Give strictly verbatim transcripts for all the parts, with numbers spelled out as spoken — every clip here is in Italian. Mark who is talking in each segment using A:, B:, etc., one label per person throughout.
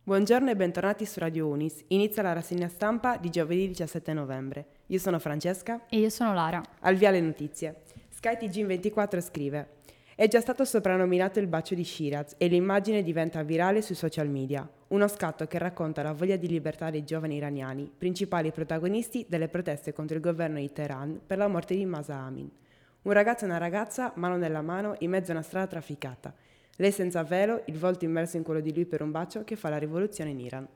A: Buongiorno e bentornati su Radio Unis. Inizia la rassegna stampa di giovedì diciassette novembre. Io sono Francesca.
B: E io sono Lara.
A: Al via le notizie. Sky T G ventiquattro scrive: è già stato soprannominato il bacio di Shiraz e l'immagine diventa virale sui social media. Uno scatto che racconta la voglia di libertà dei giovani iraniani, principali protagonisti delle proteste contro il governo di Teheran per la morte di Mahsa Amin. Un ragazzo e una ragazza, mano nella mano, in mezzo a una strada trafficata. Lei senza velo, il volto immerso in quello di lui per un bacio che fa la rivoluzione in Iran.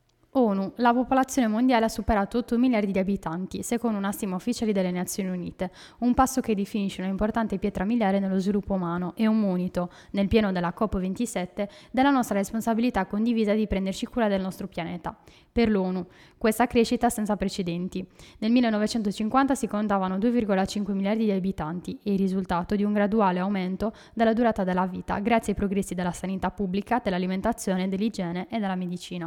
B: ONU. La popolazione mondiale ha superato otto miliardi di abitanti, secondo una stima ufficiale delle Nazioni Unite, un passo che definisce un'importante pietra miliare nello sviluppo umano e un monito, nel pieno della COP ventisette, della nostra responsabilità condivisa di prenderci cura del nostro pianeta. Per l'ONU, questa crescita senza precedenti. Nel millenovecentocinquanta si contavano due virgola cinque miliardi di abitanti e il risultato di un graduale aumento della durata della vita grazie ai progressi della sanità pubblica, dell'alimentazione, dell'igiene e della medicina.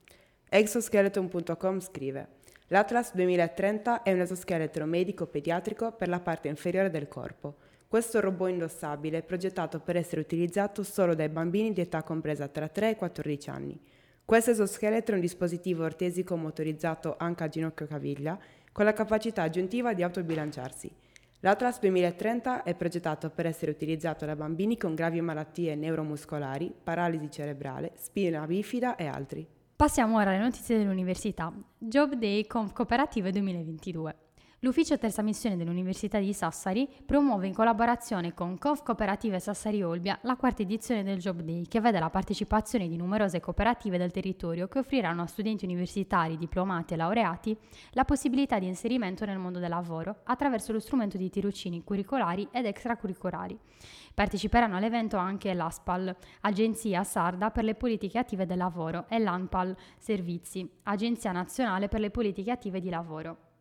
A: Exoskeleton punto com scrive: l'Atlas duemilatrenta è un esoscheletro medico-pediatrico per la parte inferiore del corpo. Questo robot indossabile è progettato per essere utilizzato solo dai bambini di età compresa tra tre e quattordici anni. Questo esoscheletro è un dispositivo ortesico motorizzato anche a ginocchio-caviglia, con la capacità aggiuntiva di autobilanciarsi. L'Atlas duemilatrenta è progettato per essere utilizzato da bambini con gravi malattie neuromuscolari, paralisi cerebrale, spina bifida e altri.
B: Passiamo ora alle notizie dell'università. Job Day Conf Cooperative duemilaventidue. L'ufficio terza missione dell'Università di Sassari promuove in collaborazione con Conf Cooperative Sassari Olbia la quarta edizione del Job Day, che vede la partecipazione di numerose cooperative del territorio che offriranno a studenti universitari, diplomati e laureati la possibilità di inserimento nel mondo del lavoro attraverso lo strumento di tirocini curricolari ed extracurricolari. Parteciperanno all'evento anche l'ASPAL, Agenzia Sarda per le Politiche Attive del Lavoro, e l'ANPAL Servizi, Agenzia Nazionale per le Politiche Attive di Lavoro.